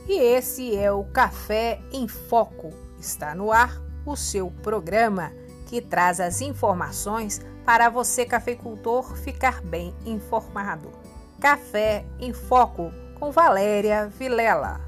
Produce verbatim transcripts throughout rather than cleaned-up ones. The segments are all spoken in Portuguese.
e esse é o Café em Foco. Está no ar o seu programa que traz as informações para você, cafeicultor, ficar bem informado. Café em Foco com Valéria Vilela.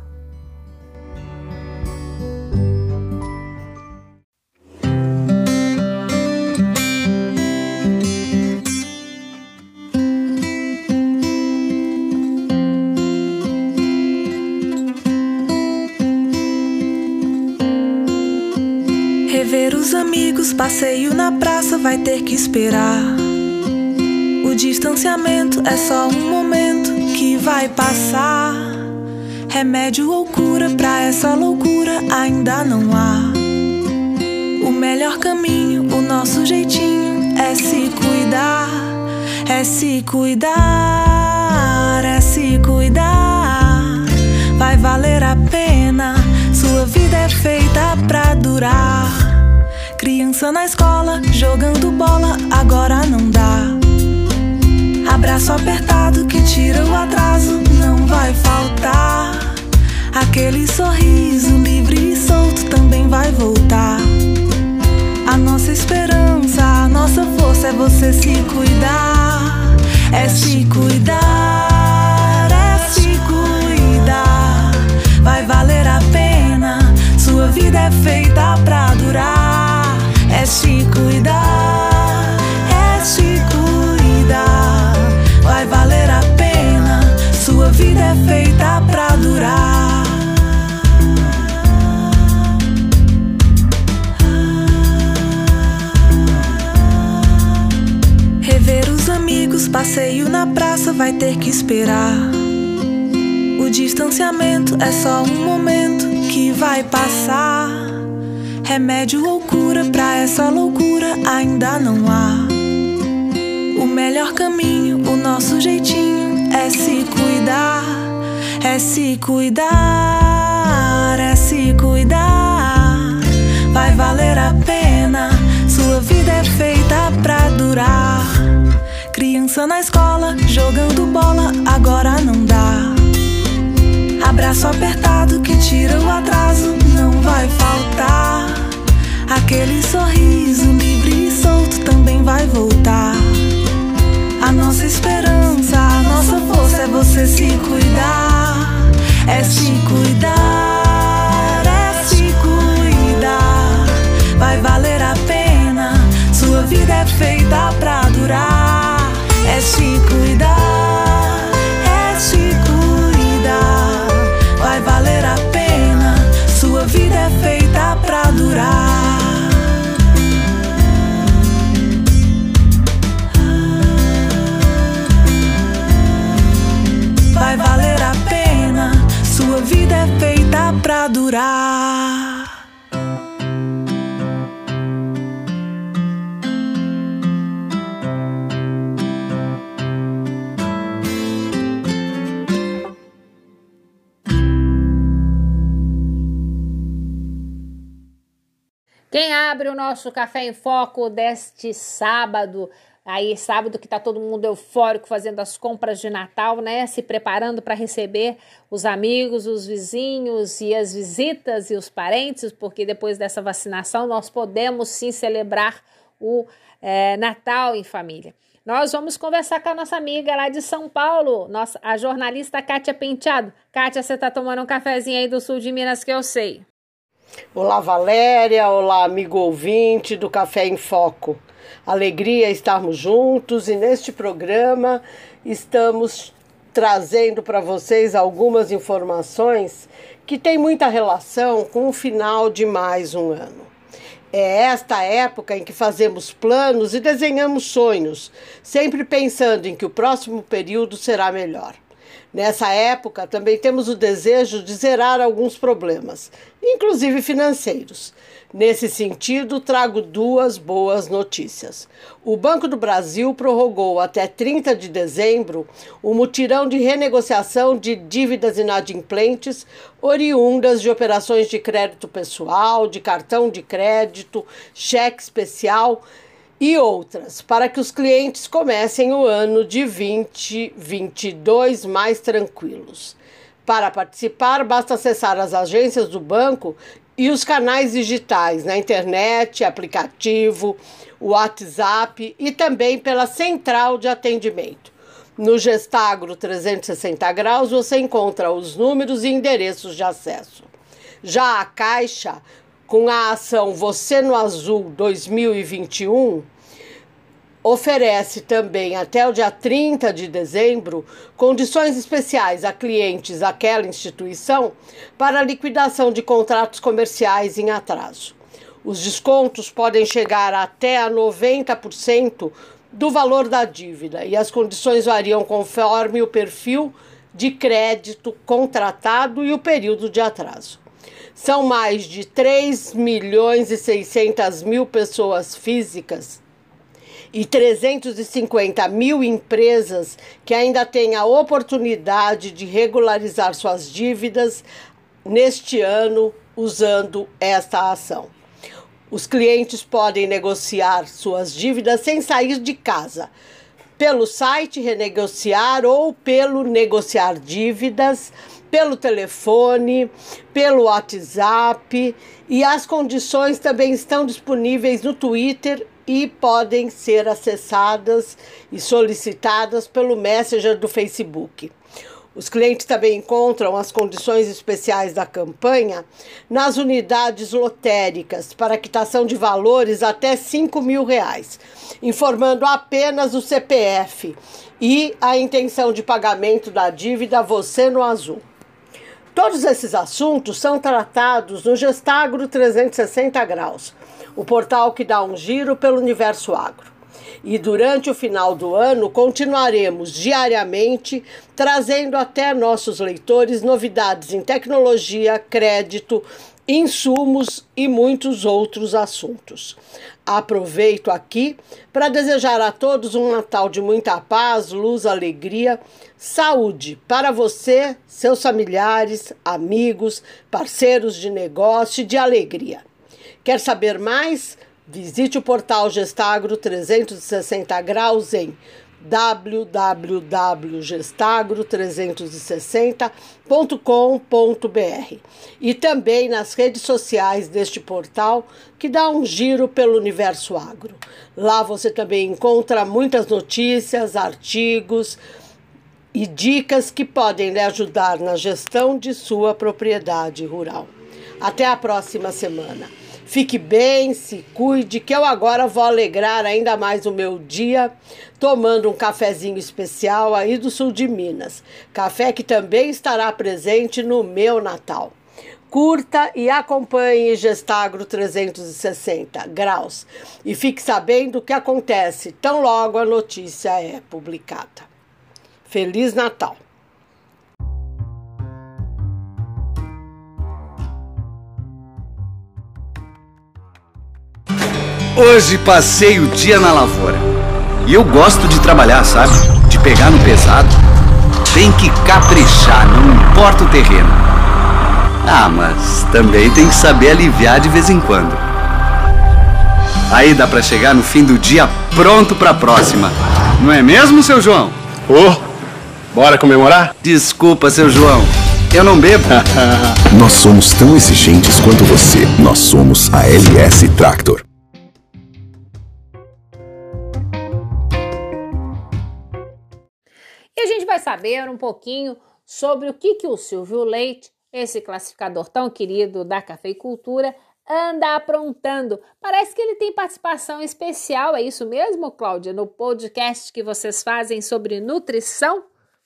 Rever os amigos, passeio na praça, vai ter que esperar. O distanciamento é só um momento que vai passar. Remédio ou cura pra essa loucura ainda não há. O melhor caminho, o nosso jeitinho é se cuidar. É se cuidar, é se cuidar. Vai valer a pena, sua vida é feita pra durar. Criança na escola, jogando bola, agora não dá. Abraço apertado que tira o atraso, não vai faltar. Aquele sorriso livre e solto também vai voltar. A nossa esperança, a nossa força é você se cuidar. É se cuidar, é se cuidar. Vai valer a pena, sua vida é feita pra durar. É se cuidar, é se cuidar. Vai valer a pena, sua vida é feita pra durar. Rever os amigos, passeio na praça, vai ter que esperar. O distanciamento é só um momento que vai passar. Remédio ou cura pra essa loucura ainda não há. O melhor caminho, o nosso jeitinho é se cuidar. É se cuidar, é se cuidar. Vai valer a pena, sua vida é feita pra durar. Criança na escola, jogando bola, agora não dá. Abraço apertado que tira o atraso, não vai faltar. Aquele sorriso livre e solto também vai voltar. A nossa esperança, a nossa força é você se cuidar. É se cuidar, é se cuidar. Vai valer a pena, sua vida é feita pra durar. É se cuidar, é se cuidar. Vai valer a pena, sua vida é feita pra durar. Vai valer a pena, sua vida é feita pra durar. Quem abre o nosso Café em Foco deste sábado, aí sábado que tá todo mundo eufórico fazendo as compras de Natal, né? Se preparando para receber os amigos, os vizinhos e as visitas e os parentes, porque depois dessa vacinação nós podemos sim celebrar o é, Natal em família. Nós vamos conversar com a nossa amiga lá de São Paulo, nossa, a jornalista Kátia Penteado. Kátia, você tá tomando um cafezinho aí do sul de Minas que eu sei. Olá, Valéria, olá, amigo ouvinte do Café em Foco. Alegria estarmos juntos e neste programa estamos trazendo para vocês algumas informações que têm muita relação com o final de mais um ano. É esta época em que fazemos planos e desenhamos sonhos, sempre pensando em que o próximo período será melhor. Nessa época, também temos o desejo de zerar alguns problemas, inclusive financeiros. Nesse sentido, trago duas boas notícias. O Banco do Brasil prorrogou até trinta de dezembro o mutirão de renegociação de dívidas inadimplentes oriundas de operações de crédito pessoal, de cartão de crédito, cheque especial e outras, para que os clientes comecem o ano de vinte vinte e dois mais tranquilos. Para participar, basta acessar as agências do banco e os canais digitais na internet, aplicativo, WhatsApp e também pela central de atendimento. No Gestagro trezentos e sessenta graus você encontra os números e endereços de acesso. Já a Caixa, com a ação Você no Azul dois mil e vinte e um, oferece também até o dia trinta de dezembro condições especiais a clientes daquela instituição para liquidação de contratos comerciais em atraso. Os descontos podem chegar até a noventa por cento do valor da dívida e as condições variam conforme o perfil de crédito contratado e o período de atraso. São mais de três milhões e seiscentas mil pessoas físicas e trezentas e cinquenta mil empresas que ainda têm a oportunidade de regularizar suas dívidas neste ano usando esta ação. Os clientes podem negociar suas dívidas sem sair de casa, pelo site Renegociar ou pelo Negociar Dívidas, pelo telefone, pelo WhatsApp, e as condições também estão disponíveis no Twitter e podem ser acessadas e solicitadas pelo Messenger do Facebook. Os clientes também encontram as condições especiais da campanha nas unidades lotéricas para quitação de valores até cinco mil reais, informando apenas o C P F e a intenção de pagamento da dívida Você no Azul. Todos esses assuntos são tratados no Gestagro trezentos e sessenta graus, o portal que dá um giro pelo universo agro. E durante o final do ano continuaremos diariamente trazendo até nossos leitores novidades em tecnologia, crédito, insumos e muitos outros assuntos. Aproveito aqui para desejar a todos um Natal de muita paz, luz, alegria, saúde para você, seus familiares, amigos, parceiros de negócio e de alegria. Quer saber mais? Visite o portal Gestagro trezentos e sessenta graus em w w w ponto gestagro trezentos e sessenta ponto com ponto b r e também nas redes sociais deste portal que dá um giro pelo universo agro. Lá você também encontra muitas notícias, artigos e dicas que podem lhe ajudar na gestão de sua propriedade rural. Até a próxima semana. Fique bem, se cuide, que eu agora vou alegrar ainda mais o meu dia tomando um cafezinho especial aí do sul de Minas. Café que também estará presente no meu Natal. Curta e acompanhe Gestagro trezentos e sessenta graus e fique sabendo o que acontece tão logo a notícia é publicada. Feliz Natal! Hoje passei o dia na lavoura. E eu gosto de trabalhar, sabe? De pegar no pesado. Tem que caprichar, não importa o terreno. Ah, mas também tem que saber aliviar de vez em quando. Aí dá pra chegar no fim do dia pronto pra próxima. Não é mesmo, seu João? Ô, oh, bora comemorar? Desculpa, seu João. Eu não bebo. Nós somos tão exigentes quanto você. Nós somos a L S Tractor. E a gente vai saber um pouquinho sobre o que, que o Silvio Leite, esse classificador tão querido da cafeicultura, anda aprontando. Parece que ele tem participação especial, é isso mesmo, Cláudia, no podcast que vocês fazem sobre nutrição?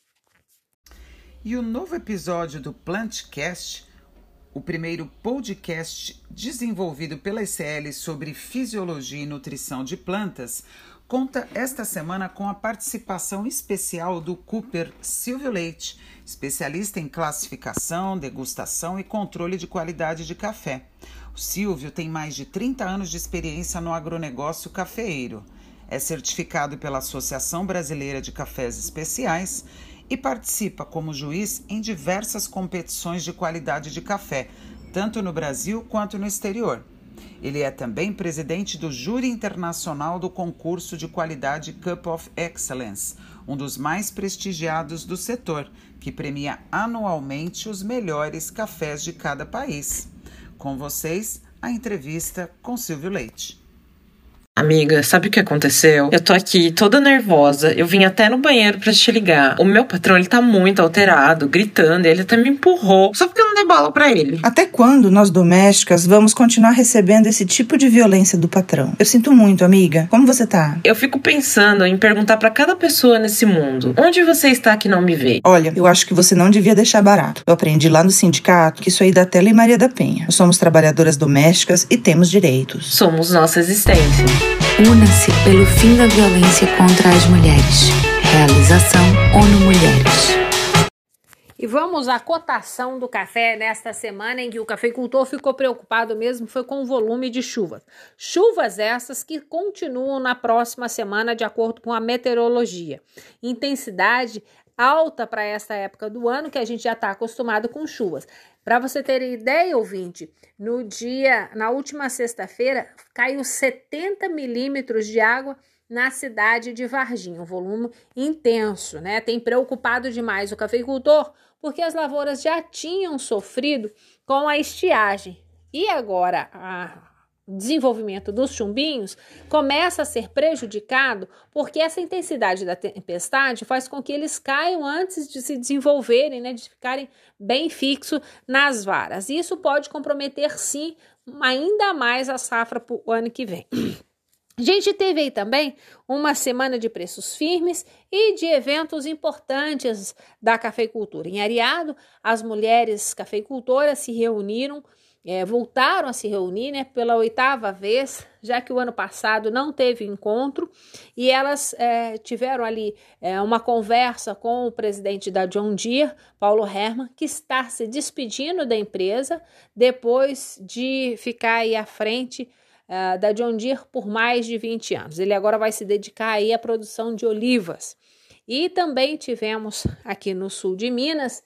E o novo episódio do Plantcast, o primeiro podcast desenvolvido pela I C L sobre fisiologia e nutrição de plantas, conta esta semana com a participação especial do Cooper Silvio Leite, especialista em classificação, degustação e controle de qualidade de café. O Silvio tem mais de trinta anos de experiência no agronegócio cafeeiro. É certificado pela Associação Brasileira de Cafés Especiais e participa como juiz em diversas competições de qualidade de café, tanto no Brasil quanto no exterior. Ele é também presidente do Júri Internacional do Concurso de Qualidade Cup of Excellence, um dos mais prestigiados do setor, que premia anualmente os melhores cafés de cada país. Com vocês, a entrevista com Silvio Leite. Amiga, sabe o que aconteceu? Eu tô aqui toda nervosa, eu vim até no banheiro pra te ligar. O meu patrão, ele tá muito alterado, gritando, ele até me empurrou, só porque eu não dei bola pra ele. Até quando nós domésticas vamos continuar recebendo esse tipo de violência do patrão? Eu sinto muito, amiga. Como você tá? Eu fico pensando em perguntar pra cada pessoa nesse mundo, onde você está que não me vê? Olha, eu acho que você não devia deixar barato. Eu aprendi lá no sindicato que isso aí dá até Lei Maria da Penha. Nós somos trabalhadoras domésticas e temos direitos. Somos nossa existência. Una-se pelo fim da violência contra as mulheres. Realização ONU Mulheres. E vamos à cotação do café nesta semana em que o cafeicultor ficou preocupado mesmo foi com o volume de chuvas. Chuvas essas que continuam na próxima semana de acordo com a meteorologia. Intensidade alta para essa época do ano que a gente já está acostumado com chuvas. Para você ter ideia, ouvinte, no dia, na última sexta-feira, caiu setenta milímetros de água na cidade de Varginha, um volume intenso, né? Tem preocupado demais o cafeicultor, porque as lavouras já tinham sofrido com a estiagem. E agora a desenvolvimento dos chumbinhos começa a ser prejudicado porque essa intensidade da tempestade faz com que eles caiam antes de se desenvolverem, né, de ficarem bem fixos nas varas. Isso pode comprometer, sim, ainda mais a safra para o ano que vem. A gente teve aí também uma semana de preços firmes e de eventos importantes da cafeicultura. Em Areado, as mulheres cafeicultoras se reuniram É, voltaram a se reunir, né, pela oitava vez, já que o ano passado não teve encontro, e elas é, tiveram ali é, uma conversa com o presidente da John Deere, Paulo Hermann, que está se despedindo da empresa depois de ficar aí à frente é, da John Deere por mais de vinte anos. Ele agora vai se dedicar aí à produção de olivas. E também tivemos aqui no sul de Minas,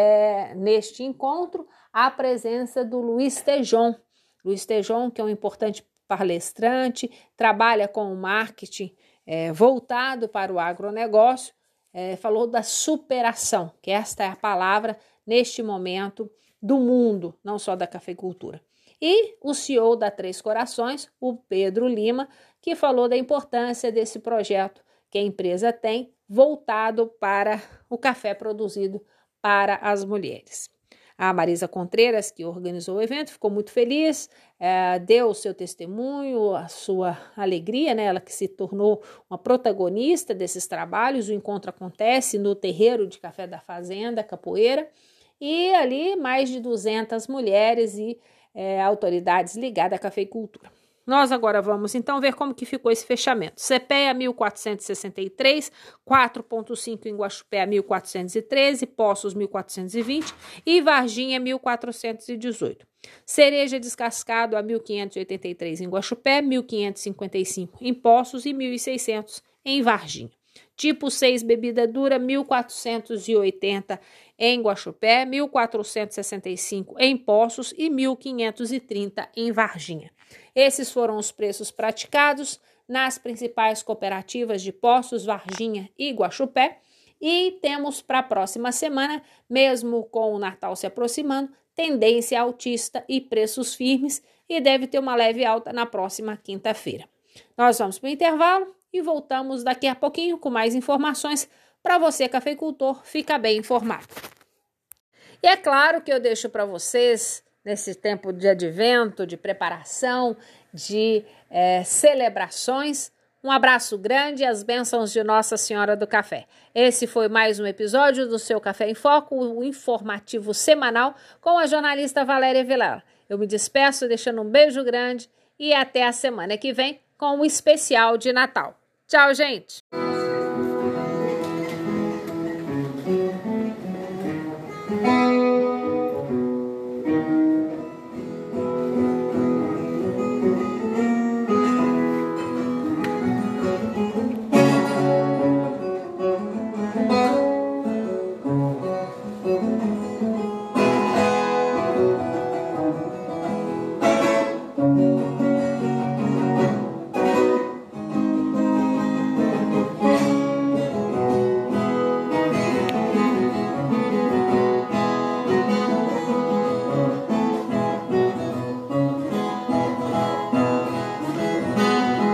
é, neste encontro, a presença do Luiz Tejon. Luiz Tejon, que é um importante palestrante, trabalha com o marketing é, voltado para o agronegócio, é, falou da superação, que esta é a palavra neste momento do mundo, não só da cafeicultura. E o C E O da Três Corações, o Pedro Lima, que falou da importância desse projeto que a empresa tem voltado para o café produzido para as mulheres. A Marisa Contreiras, que organizou o evento, ficou muito feliz, é, deu o seu testemunho, a sua alegria, né? Ela que se tornou uma protagonista desses trabalhos. O encontro acontece no terreiro de Café da Fazenda, Capoeira, e ali mais de duzentas mulheres e é, autoridades ligadas à cafeicultura. Nós agora vamos então ver como que ficou esse fechamento. C P E A mil quatrocentos e sessenta e três, quatro ponto cinco em Guaxupé a mil quatrocentos e treze, Poços mil quatrocentos e vinte e Varginha mil quatrocentos e dezoito. Cereja descascado a mil quinhentos e oitenta e três em Guaxupé, mil quinhentos e cinquenta e cinco em Poços e mil e seiscentos em Varginha. Tipo seis bebida dura, mil quatrocentos e oitenta em Guaxupé, mil quatrocentos e sessenta e cinco em Poços e mil quinhentos e trinta em Varginha. Esses foram os preços praticados nas principais cooperativas de Poços, Varginha e Guaxupé. E temos para a próxima semana, mesmo com o Natal se aproximando, tendência altista e preços firmes, e deve ter uma leve alta na próxima quinta-feira. Nós vamos para o intervalo e voltamos daqui a pouquinho com mais informações para você, cafeicultor, ficar bem informado. E é claro que eu deixo para vocês, nesse tempo de advento, de preparação, de é, celebrações, um abraço grande e as bênçãos de Nossa Senhora do Café. Esse foi mais um episódio do seu Café em Foco, o informativo semanal com a jornalista Valéria Vilela. Eu me despeço deixando um beijo grande e até a semana que vem com o especial de Natal. Tchau, gente!